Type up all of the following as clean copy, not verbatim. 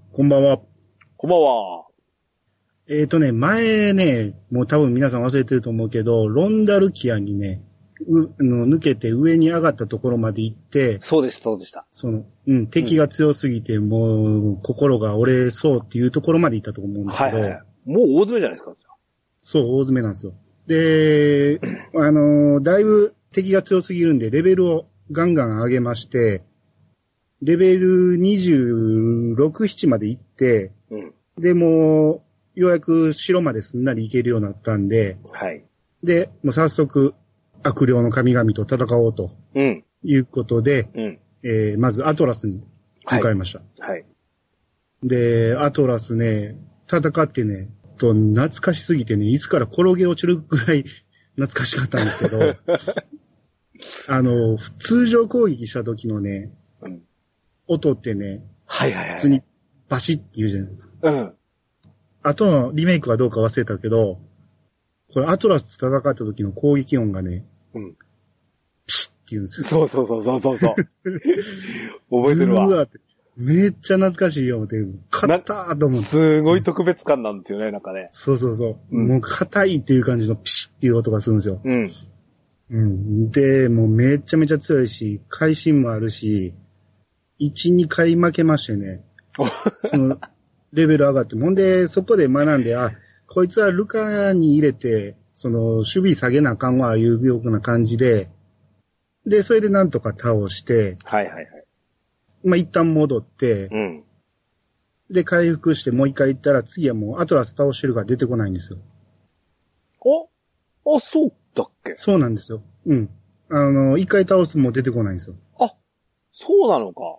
こんばんは。 こんばんは。 前ね、もう多分皆さん忘れてると思うけど、ロンダルキアにね、抜けて上に上がったところまで行って、 そうでした、そうでした。 敵が強すぎて、もう心が折れそうっていうところまで行ったと思うんですけど、 はいはい。もう大詰めじゃないですか。 そう、大詰めなんですよ。で、だいぶ敵が強すぎるんで、レベルをガンガン上げまして、レベル26、7まで行って、で、もう、ようやく城まですんなり行けるようになったんで、 はい。 で、もう早速、悪霊の神々と戦おうと、いうことで、まずアトラスに向かいました。 はい。 で、アトラスね、戦ってね、懐かしすぎてね、いつから転げ落ちるぐらい懐かしかったんですけど、通常攻撃した時のね、音ってね、 はいはいはい。 普通にバシッって言うじゃないですか。後のリメイクはどうか忘れたけど、これアトラスと戦った時の攻撃音がね、ピシッって言うんですよ。そう。覚えてるわ。 うわって。めっちゃ懐かしいよって、勝ったーと思って。 すごい特別感なんですよね、なんかね。 そう。もう硬いっていう感じのピシッっていう音がするんですよ。で、もうめちゃめちゃ強いし、会心もあるし、1、2回負けましてね。その、レベル上がって。ほんで、そこで学んで、こいつはルカに入れて、守備下げなあかんわ、いうような感じで、で、それでなんとか倒して、一旦戻って、で、回復してもう一回行ったら、次はもうアトラス倒してるから出てこないんですよ。 そうだっけ？ そうなんですよ。一回倒すともう出てこないんですよ。 そうなのか。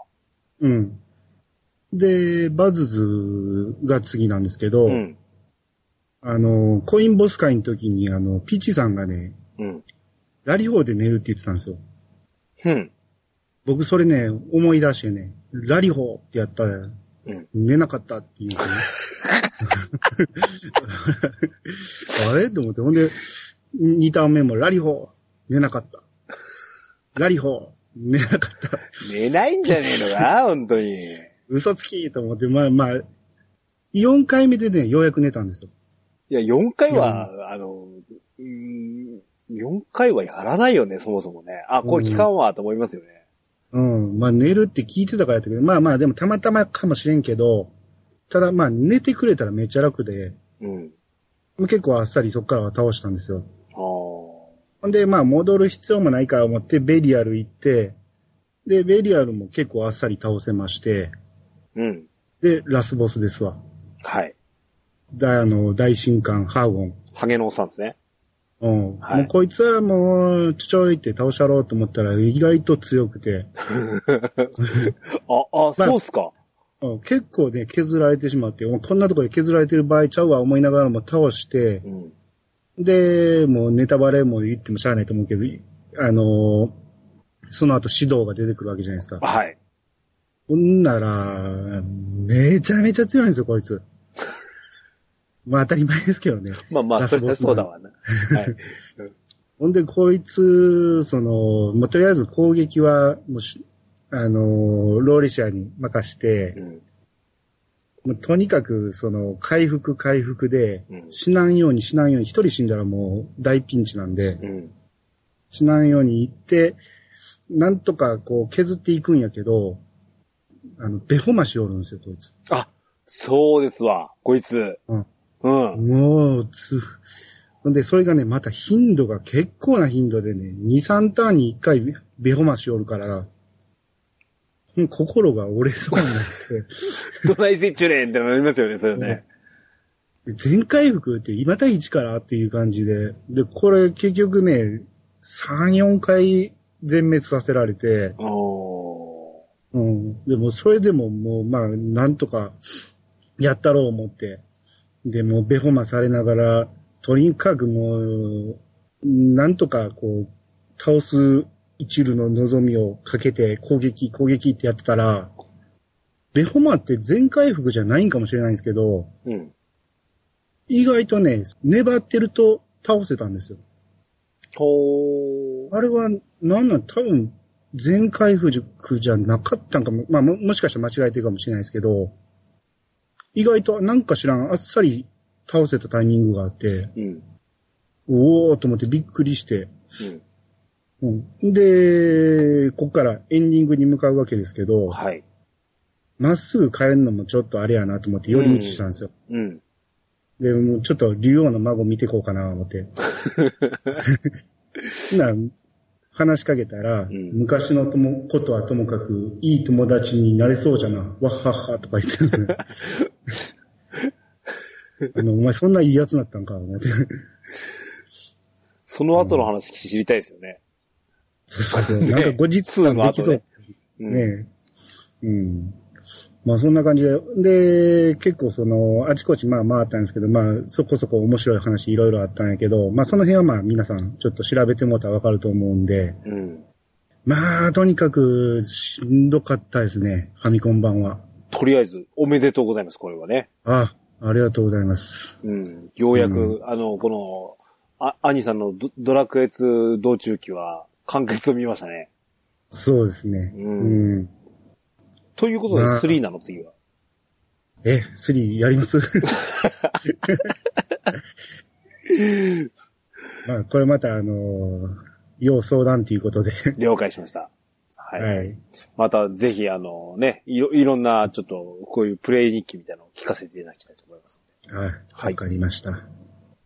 で、バズズが次なんですけど、コインボス会の時に、ピッチさんがね、ラリホーで寝るって言ってたんですよ。僕それね、思い出してね、ラリホーってやったら、寝なかったっていう、ね。あれと思って、ほんで、2ターン目もラリホー、寝なかった。ラリホー、寝なかった。 寝ないんじゃねえのか本当に。 嘘つきと思って、4回目でね、ようやく寝たんですよ。 いや、4回は、4回はやらないよね、そもそもね。これ聞かんわ、と思いますよね。 寝るって聞いてたからやったけど、でもたまたまかもしれんけど、ただ寝てくれたらめっちゃ楽で、結構あっさりそっからは倒したんですよ。ほんで、戻る必要もないから思って、ベリアル行って、で、ベリアルも結構あっさり倒せまして、で、ラスボスですわ。 はい。 大神官、ハーゴン。 ハゲのおっさんですね。 もうこいつはもう、ちょいって倒しゃろうと思ったら意外と強くて。 そうっすか。 結構ね、削られてしまって、こんなところで削られてる場合ちゃうわ思いながらも倒して、で、もうネタバレも言ってもしゃあないと思うけど、その後指導が出てくるわけじゃないですか。 はい。 ほんなら、めちゃめちゃ強いんですよ、こいつ。当たり前ですけどね。 それはそうだわな。はい。 ほんで、こいつ、とりあえず攻撃は、もうローリシアに任して、もうとにかく、回復で、死なんように、一人死んだらもう大ピンチなんで、死なんように行って、なんとかこう削っていくんやけど、ベホマシおるんですよ、こいつ。 そうですわ、こいつ。 もう、ほんで、それがね、また頻度が結構な頻度でね、2、3ターンに1回ベホマシおるから、心が折れそうになって。 どないせっちゅれんってなりますよね、それね。 全回復って今対1からっていう感じで、で、これ結局ね、3、4回全滅させられて、でもそれでももうなんとかやったろう思って、で、もうベホマされながら、とにかくもう、なんとかこう、倒す一縷の望みをかけて攻撃ってやってたら、ベホマって全回復じゃないんかもしれないんですけど、意外とね、粘ってると倒せたんですよ。あれは、多分、全回復じゃなかったんかも、もしかしたら間違えてるかもしれないですけど、 意外となんか知らん、あっさり倒せたタイミングがあって、 うん。 おーと思ってびっくりして、 うん。 うん、で、こっからエンディングに向かうわけですけど、 はい。 まっすぐ帰るのもちょっとあれやなと思って寄り道したんですよ。 うん。 で、もうちょっと竜王の孫見てこうかな思って。話しかけたら、 うん、 昔のことはともかく、いい友達になれそうじゃな、わっはっはとか言ってる、ね。お前そんないいやつだったんか、思って。 その後の話知りたいですよね。 そうそう。なんか後日談できそうですよね。うん。まあそんな感じで、で、結構あちこち回ったんですけど、そこそこ面白い話いろいろあったんやけど、その辺は皆さんちょっと調べてもらったらわかると思うんで、 うん。 とにかくしんどかったですね、ファミコン版は。 とりあえず、おめでとうございます、これはね。 ありがとうございます。 うん。ようやく、この、兄さんのドラクエ2道中記は完結を見ましたね。 そうですね。うん。 ということで、3なの、次は。 3やりますこれまた要相談ということで。 了解しました。はい。 はい。 また、ぜひ、いろんな、ちょっと、こういうプレイ日記みたいなのを聞かせていただきたいと思います。 はい。わかりました。